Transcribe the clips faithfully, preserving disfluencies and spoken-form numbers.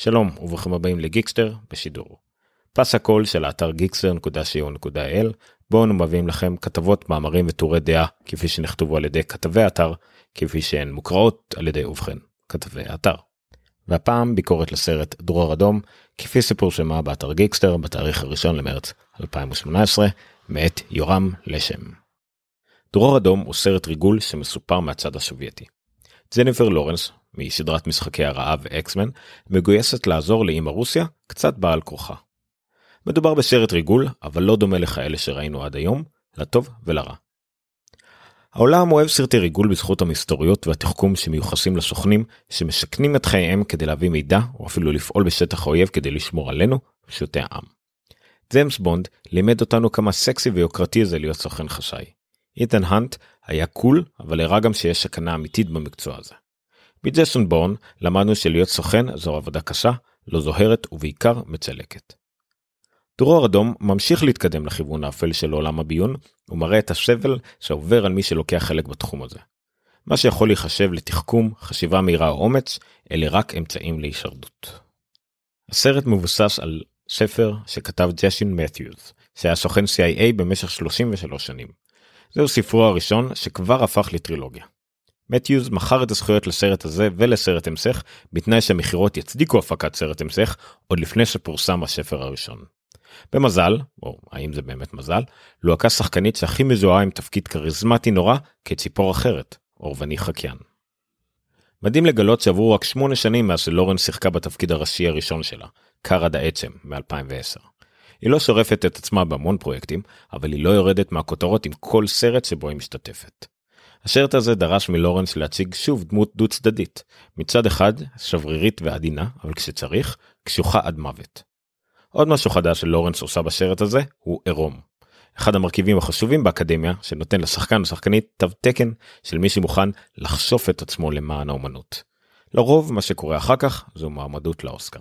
שלום וברוכים הבאים לגיקסטר בשידור. פס הקול של האתר גיקסטר נקודה סי או נקודה איי אל, בו אנו מביאים לכם כתבות, מאמרים וטורי דעה כפי שנכתבו על ידי כתבי האתר, כפי שהן מוקראות על ידי ובכן כתבי האתר. והפעם ביקורת לסרט דרור אדום, כפי סיפור שמה באתר גיקסטר בתאריך הראשון למרץ אלפיים ושמונה עשרה, מאת יורם לשם. דרור אדום הוא סרט ריגול שמסופר מהצד הסובייטי. ג'ניפר לורנס, מסדרת משחקי הרעב ואקסמן, מגויסת לעזור לאמא רוסיה, קצת בעל כורחה. מדובר בסרט ריגול, אבל לא דומה לכאלה שראינו עד היום, לטוב ולרע. העולם אוהב סרטי ריגול בזכות המסתוריות והתחכום שמיוחסים לסוכנים, שמשכנים את חייהם כדי להביא מידע, או אפילו לפעול בשטח האויב כדי לשמור עלינו, פשוטי העם. ג'יימס בונד לימד אותנו כמה סקסי ויוקרתי זה להיות סוכן חשאי. איתן הנט היה קול, אבל הראה גם שיש סכנה אמיתית במקצוע הזה. בג'ייסון בורן למדנו שלהיות סוכן זו עבודה קשה, לא זוהרת ובעיקר מצלקת. דרור אדום ממשיך להתקדם לכיוון האפל של עולם הביון, ומראה את הסבל שעובר על מי שלוקח חלק בתחום הזה. מה שיכול להיחשב לתחכום, חשיבה מהירה או אומץ, אלה רק אמצעים להישרדות. הסרט מבוסס על ספר שכתב ג'ייסון מת'יוס, שהיה סוכן סי איי איי במשך שלושים ושלוש שנים. זהו ספרו הראשון שכבר הפך לטרילוגיה. מת'יוס מכר את הזכויות לסרט הזה ולסרט המשך, בתנאי שהמחירות יצדיקו הפקת סרט המשך, עוד לפני שפורסם הספר הראשון. במזל, או האם זה באמת מזל, לוהקה שחקנית שהכי מזוהה עם תפקיד כריזמטי נורא כציפור אחרת, אורבני חקיין. מדהים לגלות שעברו רק שמונה שנים מאז שלורנס שיחקה בתפקיד הראשי הראשון שלה, קארד העצם, מ-אלפיים ועשר. היא לא שורפת את עצמה בהמון פרויקטים, אבל היא לא יורדת מהכותרות עם כל סרט שבו היא משתתפת. הסרט הזה דרש מלורנס להציג שוב דמות דו צדדית, מצד אחד שברירית ועדינה, אבל כשצריך, קשוחה עד מוות. עוד משהו חדש שלורנס עושה בסרט הזה הוא עירום. אחד המרכיבים החשובים באקדמיה שנותן לשחקן ושחקנית תו תקן של מי שמוכן לחשוף את עצמו למען האומנות. לרוב מה שקורה אחר כך זו מעמדות לאוסקר.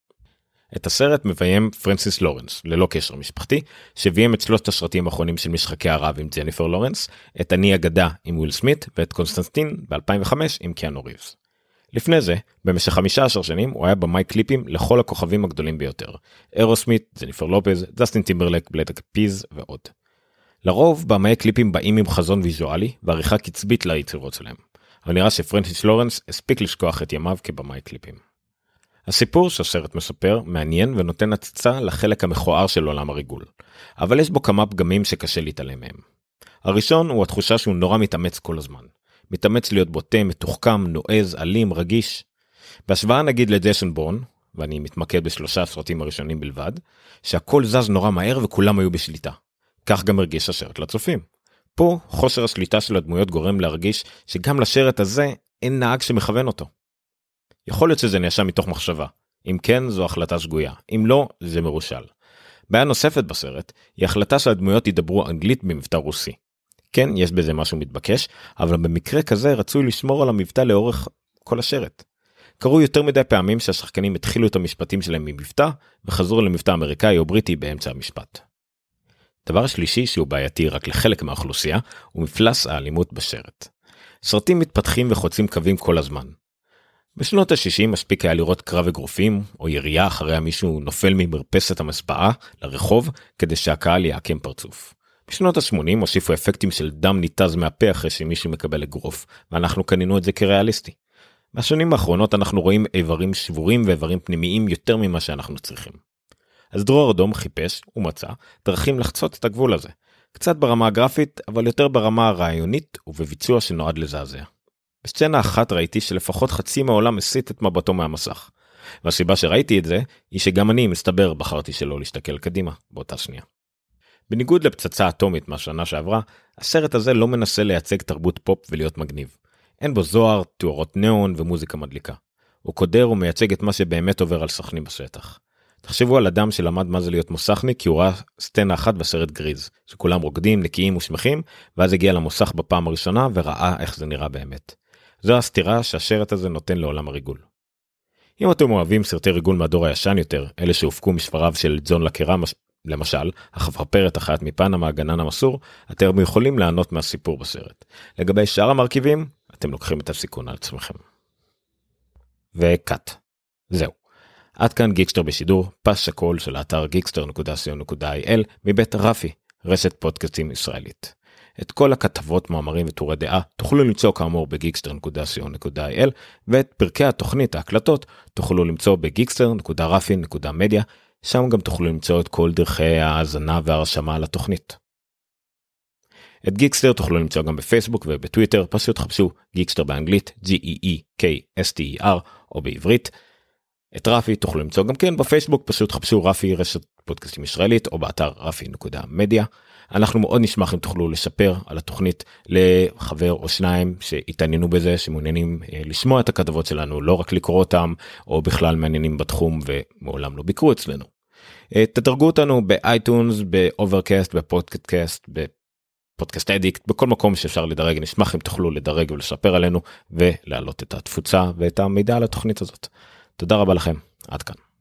את הסרט מביים פרנסיס לורנס, ללא קשר משפחתי, שביים את שלושת הסרטים האחרונים של משחקי הרעב עם ג'ניפר לורנס, את אני אגדה עם וויל סמית ואת קונסטנטין ב-אלפיים וחמש עם קיאנו ריבס. לפני זה, במשך חמישה עשר שנים, הוא היה במאי קליפים לכל הכוכבים הגדולים ביותר. אירוסמית, ג'ניפר לופז, ג'סטין טימברלק, בלייק פיז ועוד. לרוב, במאי קליפים באים עם חזון ויזואלי ועריכה קצבית ליצירות שלהם. אבל נראה שפרנסיס לורנס הספיק לשכוח את ימיו כבמאי קליפים. הסיפור שהסרט מספר מעניין ונותן הצצה לחלק המכוער של עולם הריגול. אבל יש בו כמה פגמים שקשה להתעלם מהם. הראשון הוא התחושה שהוא נורא מתאמץ כל הזמן. מתאמץ להיות בוטה, מתוחכם, נועז, אלים, רגיש. בהשוואה נגיד לג'ייסון בורן, ואני מתמקד בשלושה הסרטים הראשונים בלבד, שהכל זז נורא מהר וכולם היו בשליטה. כך גם הרגיש הסרט לצופים. פה חוסר השליטה של הדמויות גורם להרגיש שגם לשרט הזה אין נהג שמכוון אותו. יכול להיות שזה נעשה מתוך מחשבה. אם כן, זו החלטה שגויה. אם לא, זה מרושל. בעיה נוספת בסרט היא החלטה שהדמויות ידברו אנגלית במבטא רוסי. כן, יש בזה משהו מתבקש, אבל במקרה כזה רצוי לשמור על המבטא לאורך כל השרט. קראו יותר מדי פעמים שהשחקנים התחילו את המשפטים שלהם ממבטא, וחזרו למבטא אמריקאי או בריטי באמצע המשפט. דבר שלישי שהוא בעייתי רק לחלק מהאוכלוסייה, הוא מפלס האלימות בשרט. סרטים מתפתחים וחוצים קווים כל הזמן. בשנות ה-שישים מספיק היה לראות קרב אגרופים, או ירייה אחריה מישהו נופל ממרפסת המספעה לרחוב, כדי שהקהל יעקם פרצוף. בשנות ה-שמונים הוסיפו אפקטים של דם ניתז מהפה אחרי שמישהו מקבל אגרוף, ואנחנו קנינו את זה כריאליסטי. בשנים האחרונות אנחנו רואים איברים שבורים ואיברים פנימיים יותר ממה שאנחנו צריכים. אז דרור אדום חיפש ומצא דרכים לחצות את הגבול הזה, קצת ברמה הגרפית, אבל יותר ברמה הרעיונית ובביצוע שנועד לזעזע. בסצנה אחת ראיתי שלפחות חצי מהעולם הסיט את מבטו מהמסך, והסיבה שראיתי את זה היא שגם אני מסתבר בחרתי שלא להסתכל קדימה באותה שנייה. בניגוד לפצצה אטומית מהשנה שעברה, הסרט הזה לא מנסה לייצג תרבות פופ ולהיות מגניב. אין בו זוהר, תיאורות ניאון ומוזיקה מדליקה. הוא קודר ומייצג את מה שבאמת עובר על סוכנים בשטח. תחשבו על אדם שלמד מה זה להיות מוסכניק, כי הוא ראה סצנה אחת בסרט גריז, שכולם רוקדים, נקיים ושמחים, ואז הגיע למוסך בפעם הראשונה וראה איך זה נראה באמת. זו הסתירה שהסרט הזה נותן לעולם הריגול. אם אתם אוהבים סרטי ריגול מהדור הישן יותר, אלה שהופקו משפריו של ג'ון לקרה, למשל, החפרפרת אחת מפנמה, הגנן המסור, אתם יכולים לענות מהסיפור בסרט. לגבי שאר המרכיבים, אתם לוקחים את הסיכון על עצמכם. וקאט. זהו. עד כאן גיקסטר בשידור, פס הקול של האתר גיקסטר נקודה סי או נקודה איי אל מבית רפי, רשת פודקאסטים ישראלית. את כל הכתבות, מאמרים וטורי דעה תוכלו למצוא כאמור בגיקסטר נקודה סי או נקודה איי אל, ואת פרקי התוכנית, ההקלטות, תוכלו למצוא בגיקסטר נקודה רפי נקודה מדיה, שם גם תוכלו למצוא את כל דרכי ההאזנה והרשמה לתוכנית. את גיקסטר תוכלו למצוא גם בפייסבוק ובטוויטר, פשוט חפשו גיקסטר באנגלית, ג'י אי אי קיי אס טי אי אר, או בעברית. את רפי תוכלו למצוא גם כן בפייסבוק, פשוט חפשו רפי רשת פודקאסטים ישראלית, או באתר רפי נקודה מדיה. אנחנו מאוד נשמח אם תוכלו לשפר על התוכנית לחבר או שניים שהתעניינו בזה, שמעוניינים לשמוע את הכתבות שלנו, לא רק לקרוא אותם, או בכלל מעניינים בתחום ומעולם לא ביקרו אצלנו. תדרגו אותנו באייטונס, באוברקאסט, בפודקאסט, בפודקאסט אדיקט, בכל מקום שאפשר לדרג. נשמח אם תוכלו לדרג ולשפר עלינו, ולהעלות את התפוצה ואת המידע על התוכנית הזאת. תודה רבה לכם, עד כאן.